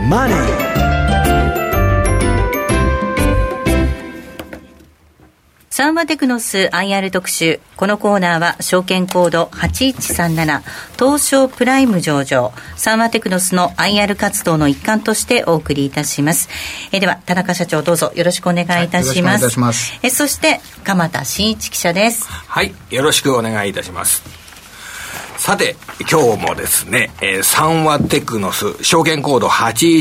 マネー。 サンワテクノス IR 特集。このコーナーは証券コード8137東証プライム上場サンワテクノスの IR 活動の一環としてお送りいたします。では田中社長、どうぞよろしくお願いいたします。そして鎌田新一記者です。 はい、よろしくお願いいたします。さて今日もですね、サンワテクノス証券コード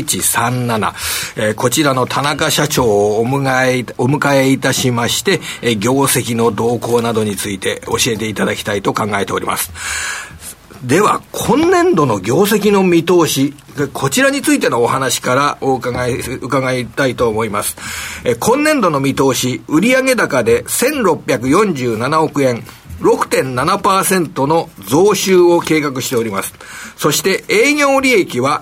8137、こちらの田中社長をお迎えいたしまして、業績の動向などについて教えていただきたいと考えております。では今年度の業績の見通し、こちらについてのお話から伺いたいと思います。今年度の見通し、売上高で1647億円、6.7% の増収を計画しております。そして営業利益は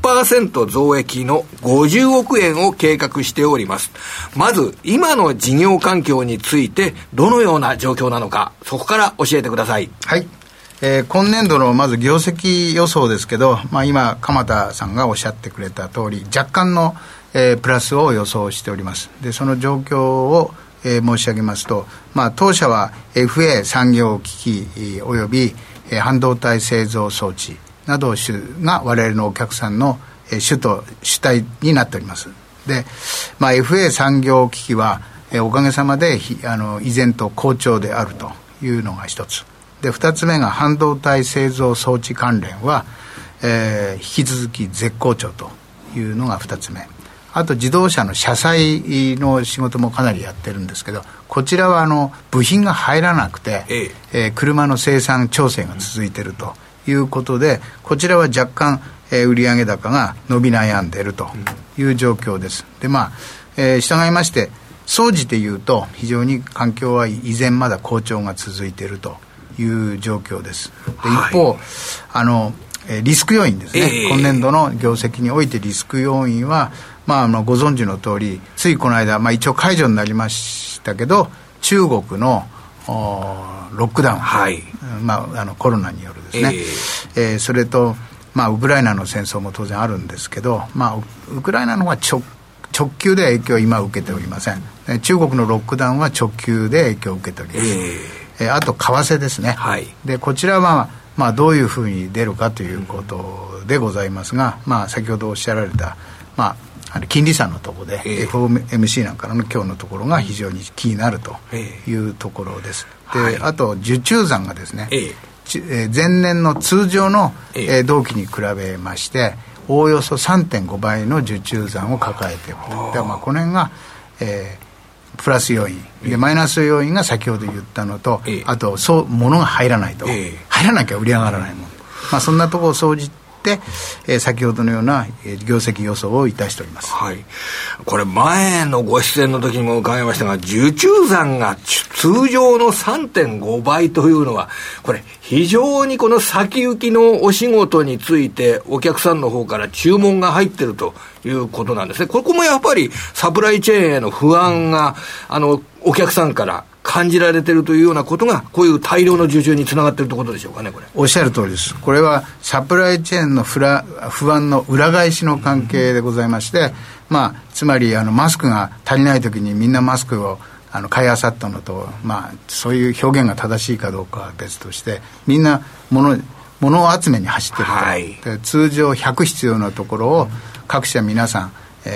4% 増益の50億円を計画しております。まず今の事業環境についてどのような状況なのか、そこから教えてください。 はい、今年度のまず業績予想ですけど、今鎌田さんがおっしゃってくれた通り若干の、プラスを予想しております。でその状況を申し上げますと、当社は FA 産業機器および半導体製造装置などが我々のお客さんの主体になっております。で、FA 産業機器はおかげさまで依然と好調であるというのが一つで、二つ目が半導体製造装置関連は、引き続き絶好調というのが二つ目。あと自動車の車載の仕事もかなりやってるんですけど、こちらは部品が入らなくて、車の生産調整が続いているということで、こちらは若干、売上高が伸び悩んでいるという状況です。で従いまして総じて言うと非常に環境は依然まだ好調が続いているという状況です。で一方リスク要因ですね、今年度の業績においてリスク要因はご存知の通り、ついこの間、一応解除になりましたけど、中国のロックダウン、コロナによるですね、それと、ウクライナの戦争も当然あるんですけど、ウクライナの方は直球で影響を今受けておりません。中国のロックダウンは直球で影響を受けております。あと為替ですね、でこちらはどういうふうに出るかということでございますが、先ほどおっしゃられた、金利差のところで、FOMC なんかの今日のところが非常に気になるというところです。で、あと受注残がですね、前年の通常の、同期に比べましておおよそ 3.5 倍の受注残を抱えていると。でこの辺が、プラス要因で、マイナス要因が先ほど言ったのと、あと物が入らないと、入らなきゃ売り上がらないもの、そんなところを総じて先ほどのような業績予想をいたしております。 これ前のご出演の時にも伺いましたが、受注残が通常の 3.5 倍というのは、これ非常にこの先行きのお仕事についてお客さんの方から注文が入ってるということなんですね。ここもやっぱりサプライチェーンへの不安がお客さんから感じられているというようなことが、こういう大量の受注につながっているということでしょうかね。これおっしゃる通りです。これはサプライチェーンの不安の裏返しの関係でございまして、つまりマスクが足りないときにみんなマスクを買い漁ったのと、そういう表現が正しいかどうかは別として、みんな物集めに走っていると、で通常100必要なところを各社皆さん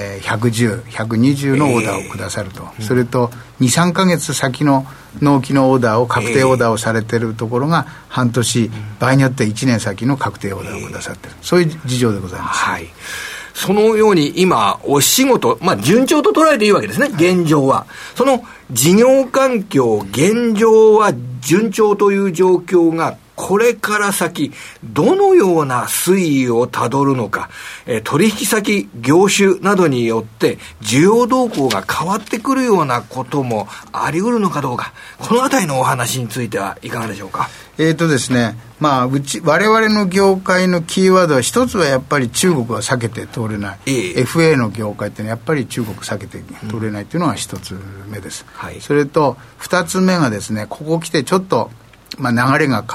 110、120のオーダーをくださると、それと 2,3 ヶ月先の納期のオーダーを確定オーダーをされているところが半年、場合によって1年先の確定オーダーをくださっている、そういう事情でございます。 そのように今お仕事、順調と捉えていいわけですね、現状は。その事業環境、現状は順調という状況がこれから先どのような推移をたどるのか、取引先業種などによって需要動向が変わってくるようなこともあり得るのかどうか、このあたりのお話についてはいかがでしょうか。 ですね、我々の業界のキーワードは一つはやっぱり中国は避けて通れない、FA の業界っていうのはやっぱり中国避けて通れないというのが一つ目です、それと二つ目がですね、ここ来てちょっと、流れが変わって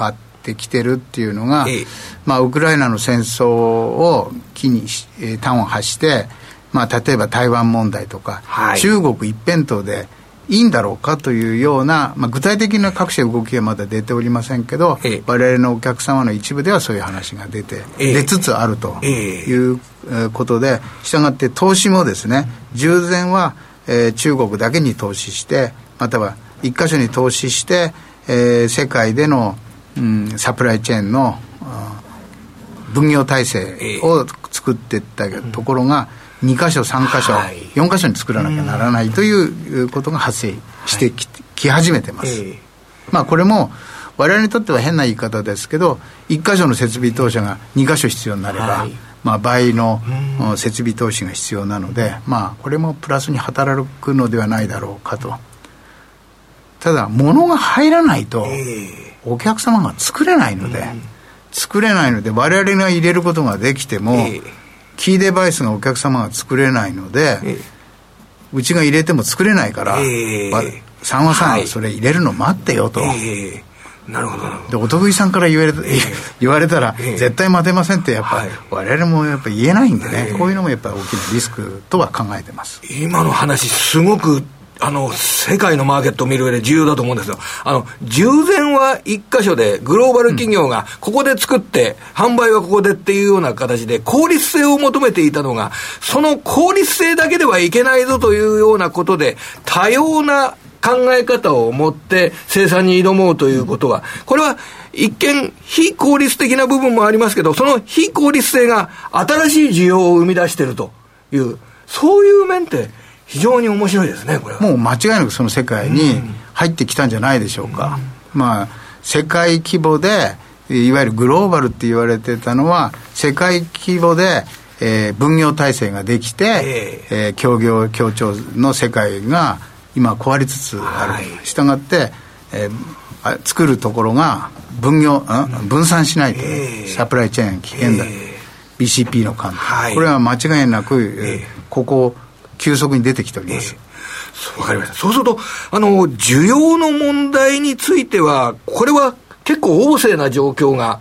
てきてるっていうのが、ウクライナの戦争を機に端を発して、例えば台湾問題とか、中国一辺倒でいいんだろうかというような、具体的な各社動きはまだ出ておりませんけど、我々のお客様の一部ではそういう話が出つつあるということで、したがって投資もですね、従前は、中国だけに投資して、または一箇所に投資して、世界での、サプライチェーンの分業体制を作っていったところが、2箇所3箇所、4箇所に作らなきゃならないということが発生してき始めてます、これも我々にとっては変な言い方ですけど、1箇所の設備投資が2箇所必要になれば、倍の設備投資が必要なので、これもプラスに働くのではないだろうかと。ただ物が入らないとお客様が作れないので、我々が入れることができても、キーデバイスがお客様が作れないので、うちが入れても作れないから、三和さんそれ入れるの待ってよと、 なるほど。 でお得意さんから言われたら、絶対待てませんってやっぱ、我々もやっぱ言えないんでね、こういうのもやっぱ大きなリスクとは考えてます。 今の話すごく世界のマーケットを見る上で重要だと思うんですよ。従前は一箇所でグローバル企業がここで作って、販売はここでっていうような形で効率性を求めていたのが、その効率性だけではいけないぞというようなことで、多様な考え方を持って生産に挑もうということは、これは一見非効率的な部分もありますけど、その非効率性が新しい需要を生み出しているという、そういう面って非常に面白いですね。これはもう間違いなくその世界に入ってきたんじゃないでしょうか、世界規模でいわゆるグローバルって言われてたのは、世界規模で、分業体制ができて、協調の世界が今壊れつつある、したがって、作るところが分散しないと、サプライチェーン危険だ、BCP の観点、これは間違いなく、ここ急速に出てきております。 わかりました。そうすると需要の問題については、これは結構旺盛な状況が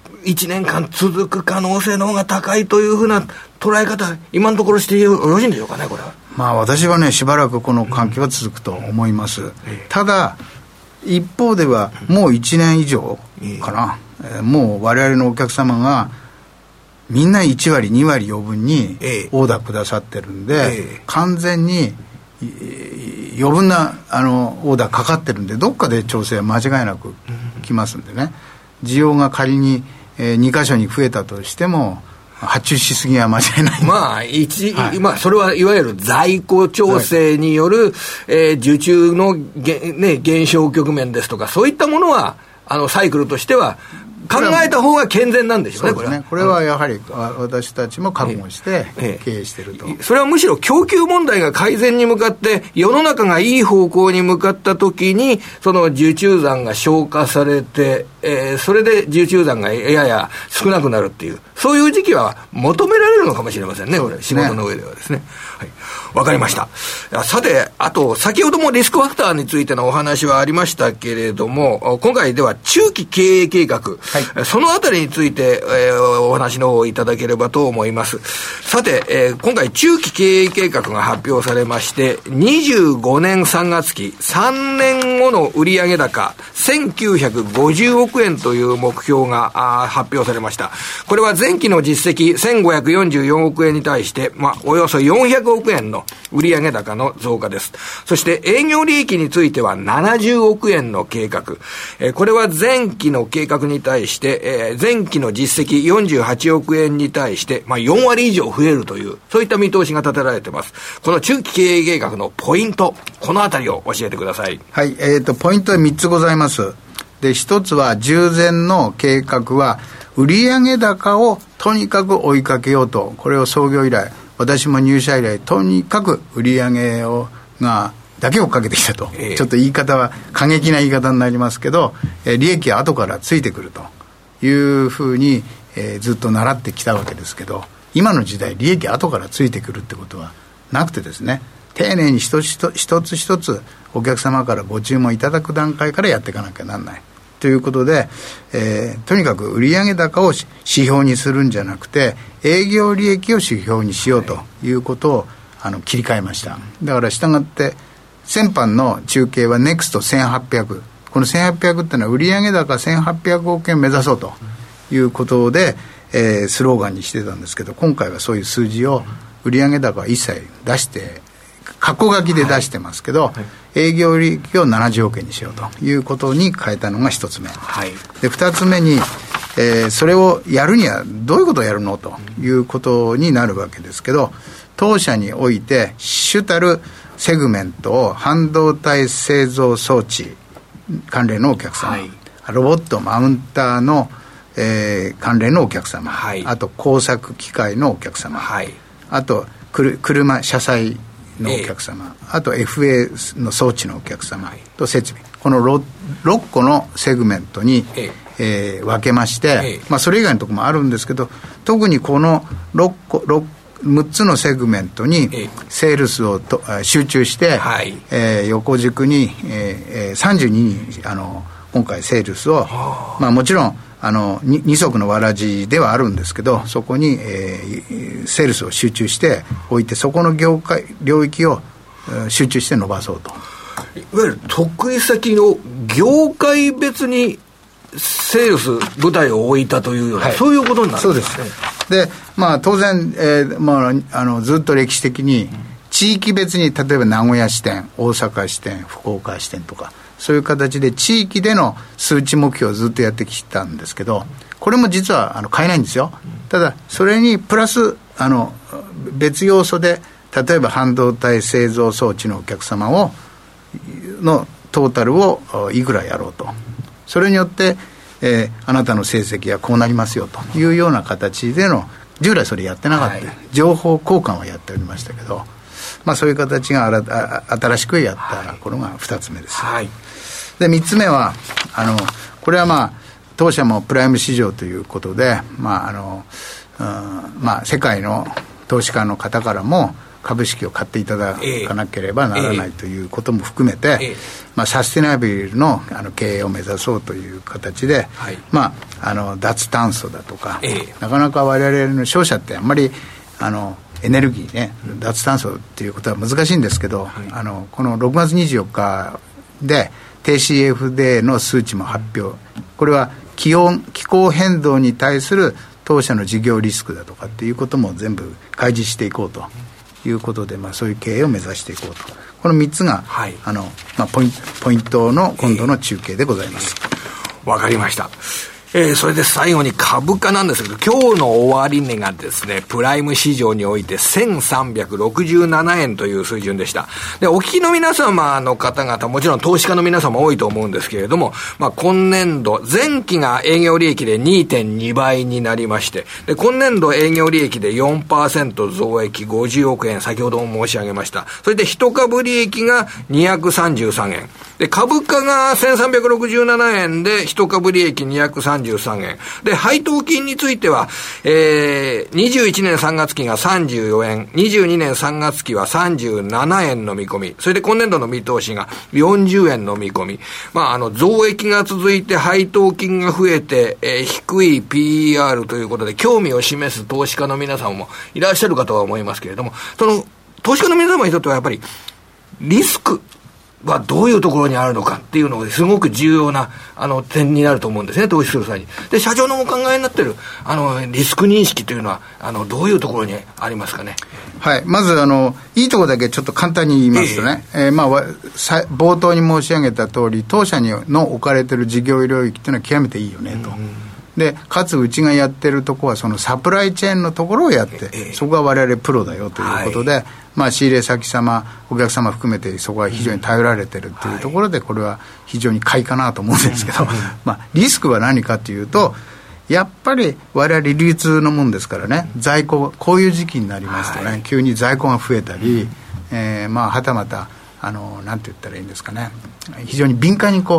1年間続く可能性の方が高いというふうな捉え方、今のところしてよろしいんでしょうかね。これは私はね、しばらくこの環境は続くと思います、ただ一方ではもう1年以上かな、もう我々のお客様がみんな1割2割余分にオーダーくださってるんで、完全に余分なオーダーかかってるんで、どっかで調整は間違いなくきますんでね、需要が仮に2箇所に増えたとしても発注しすぎは間違いない。 それはいわゆる在庫調整による、受注の減少局面ですとか、そういったものはサイクルとしては考えた方が健全なんでしょうね。 そうですね。これはやはり私たちも覚悟して経営していると、 それはむしろ供給問題が改善に向かって世の中がいい方向に向かった時に、その受注残が消化されて、それで受注残がやや少なくなるっていう、そういう時期は求められるのかもしれませんね。これ仕事の上ではですね。わかりました。さて、あと先ほどもリスクファクターについてのお話はありましたけれども、今回では中期経営計画、そのあたりについて、お話の方をいただければと思います。さて、今回中期経営計画が発表されまして、25年3月期3年後の売上高1950億円という目標が発表されました。これは前期の実績1544億円に対して、およそ400億円の売上高の増加です。そして営業利益については70億円の計画。これは前期の計画に対して、前期の実績48億円に対して、4割以上増えるという、そういった見通しが立てられています。この中期経営計画のポイント、このあたりを教えてください。 はい、ポイントは3つございます。で、1つは従前の計画は売上高をとにかく追いかけようと、これを創業以来、私も入社以来とにかく売上だけをかけてきたと、ちょっと言い方は過激な言い方になりますけど、利益は後からついてくるというふうに、ずっと習ってきたわけですけど、今の時代利益後からついてくるってことはなくてですね、丁寧に一つ一つお客様からご注文いただく段階からやっていかなきゃなんない。 ということで、とにかく売上高を指標にするんじゃなくて営業利益を指標にしようということを、切り替えました。だからしたがって先般の中継はネクスト1800、この1800っていうのは売上高1800億円目指そうということで、スローガンにしてたんですけど、今回はそういう数字を売上高は一切出して括弧書きで出してますけど、営業利益を70億円にしようということに変えたのが一つ目、で二つ目に、それをやるにはどういうことをやるのということになるわけですけど、当社において主たるセグメントを半導体製造装置関連のお客様、ロボットマウンターの、関連のお客様、あと工作機械のお客様、あと車車載のお客様、あと FA の装置のお客様と設備、この 6個のセグメントに、分けまして、それ以外のところもあるんですけど、特にこの6つのセグメントにセールスを集中して、横軸に、32に今回セールスを、もちろん二足のわらじではあるんですけど、そこに、セールスを集中しておいて、そこの領域を集中して伸ばそうと。 いわゆる得意先の業界別にセールス部隊を置いたというような、そういうことになるんですね。 そうです。で、当然、ずっと歴史的に地域別に、例えば名古屋支店、大阪支店、福岡支店とか、そういう形で地域での数値目標をずっとやってきたんですけど、これも実は変えないんですよ。ただそれにプラス別要素で、例えば半導体製造装置のお客様のトータルをいくらやろうと、それによって、あなたの成績はこうなりますよというような形での、従来それやってなかった、情報交換はやっておりましたけど、そういう形が新しくやったこのが2つ目です。で3つ目はこれは当社もプライム市場ということで、世界の投資家の方からも株式を買っていただかなければならないということも含めて、サステナビルの経営を目指そうという形で、脱炭素だとか、なかなか我々の商社ってあんまりエネルギーね、脱炭素っていうことは難しいんですけど、この6月24日でTCFD の数値も発表、これは気候変動に対する当社の事業リスクだとかっていうことも全部開示していこうということで、そういう経営を目指していこうと、この3つが、ポイントの今度の中継でございます。 わかりました。それで最後に株価なんですけど、今日の終値がですね、プライム市場において1367円という水準でした。で、お聞きの皆様の方々、もちろん投資家の皆様多いと思うんですけれども、今年度、前期が営業利益で 2.2 倍になりまして、で、今年度営業利益で 4% 増益50億円、先ほども申し上げました。それで一株利益が233円。で、株価が1367円で、一株利益233円。で、配当金については、21年3月期が34円、22年3月期は37円の見込み。それで今年度の見通しが40円の見込み。増益が続いて配当金が増えて、低い PER ということで、興味を示す投資家の皆さんもいらっしゃるかとは思いますけれども、その、投資家の皆様にとってはやっぱり、リスク、はどういうところにあるのかっていうのがすごく重要な点になると思うんですね、投資する際に。で、社長のお考えになっているリスク認識というのはどういうところにありますかね。 まずいいところだけちょっと簡単に言いますとね、冒頭に申し上げた通り、当社の置かれている事業領域っていうのは極めていいよねと、でかつうちがやってるところはそのサプライチェーンのところをやって、そこが我々プロだよということで、仕入れ先様お客様含めてそこは非常に頼られてるっていうところで、これは非常に買いかなと思うんですけどリスクは何かというと、やっぱり我々流通のもんですからね、在庫こういう時期になりますとね、急に在庫が増えたり、はたまたなんて言ったらいいんですかね、非常に敏感に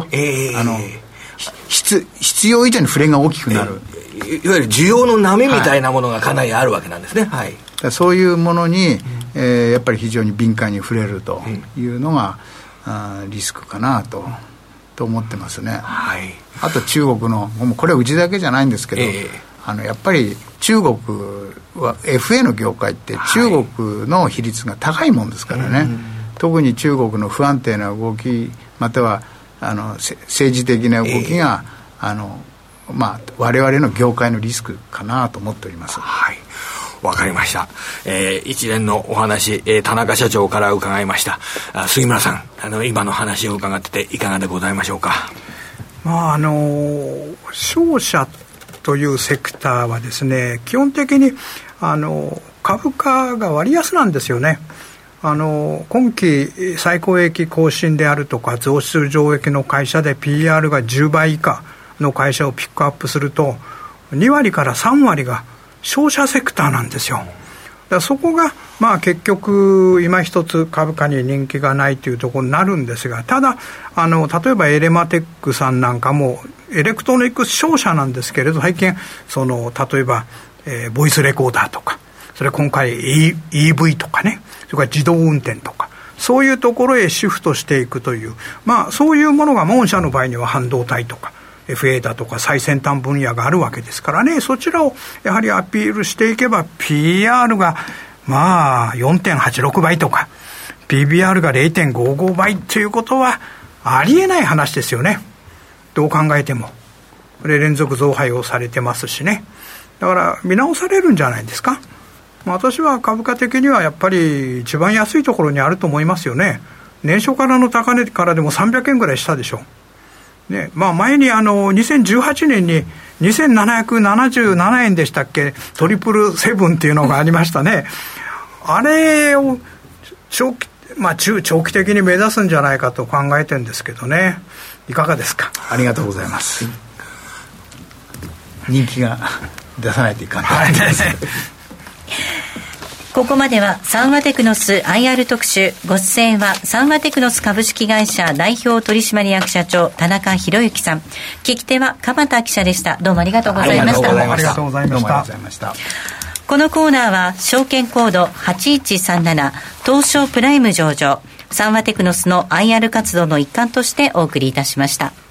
必要以上に触れが大きくなる、 いわゆる需要の波みたいなものがかなりあるわけなんですね。 そういうものに、やっぱり非常に敏感に触れるというのが、リスクかなと。 と思ってますね。はい、あと中国の、これはうちだけじゃないんですけど、やっぱり中国は FA の業界って中国の比率が高いもんですからね、特に中国の不安定な動きまたは政治的な動きが、我々の業界のリスクかなと思っております。 はい、わかりました。一連のお話、田中社長から伺いました。杉村さん、今の話を伺ってていかがでございましょうか。 商社というセクターはですね、基本的に株価が割安なんですよね。今期最高益更新であるとか増収増益の会社で PR が10倍以下の会社をピックアップすると2割から3割が商社セクターなんですよ。だからそこが結局今一つ株価に人気がないというところになるんですが、ただ例えばエレマテックさんなんかもエレクトロニクス商社なんですけれど、最近例えば、ボイスレコーダーとか、それ今回 EV とかね、それから自動運転とか、そういうところへシフトしていくという、そういうものが御社の場合には半導体とか FA だとか最先端分野があるわけですからね、そちらをやはりアピールしていけば PR が4.86 倍とか PBR が 0.55 倍ということはありえない話ですよね。どう考えてもこれ連続増配をされてますしね。だから見直されるんじゃないですか。私は株価的にはやっぱり一番安いところにあると思いますよね。年初からの高値からでも300円ぐらいしたでしょ、ね。前に2018年に2777円でしたっけ、トリプルセブンっていうのがありましたね。あれを長期的に目指すんじゃないかと考えてるんですけどね。いかがですか。 ありがとうございます。人気が出さないといかないです、 ここまではサンワテクノス IR 特集、ご出演はサンワテクノス株式会社代表取締役社長田中裕之さん、聞き手は鎌田記者でした。どうもありがとうございました。 ありがとうございました。 このコーナーは証券コード8137東証プライム上場サンワテクノスの IR 活動の一環としてお送りいたしました。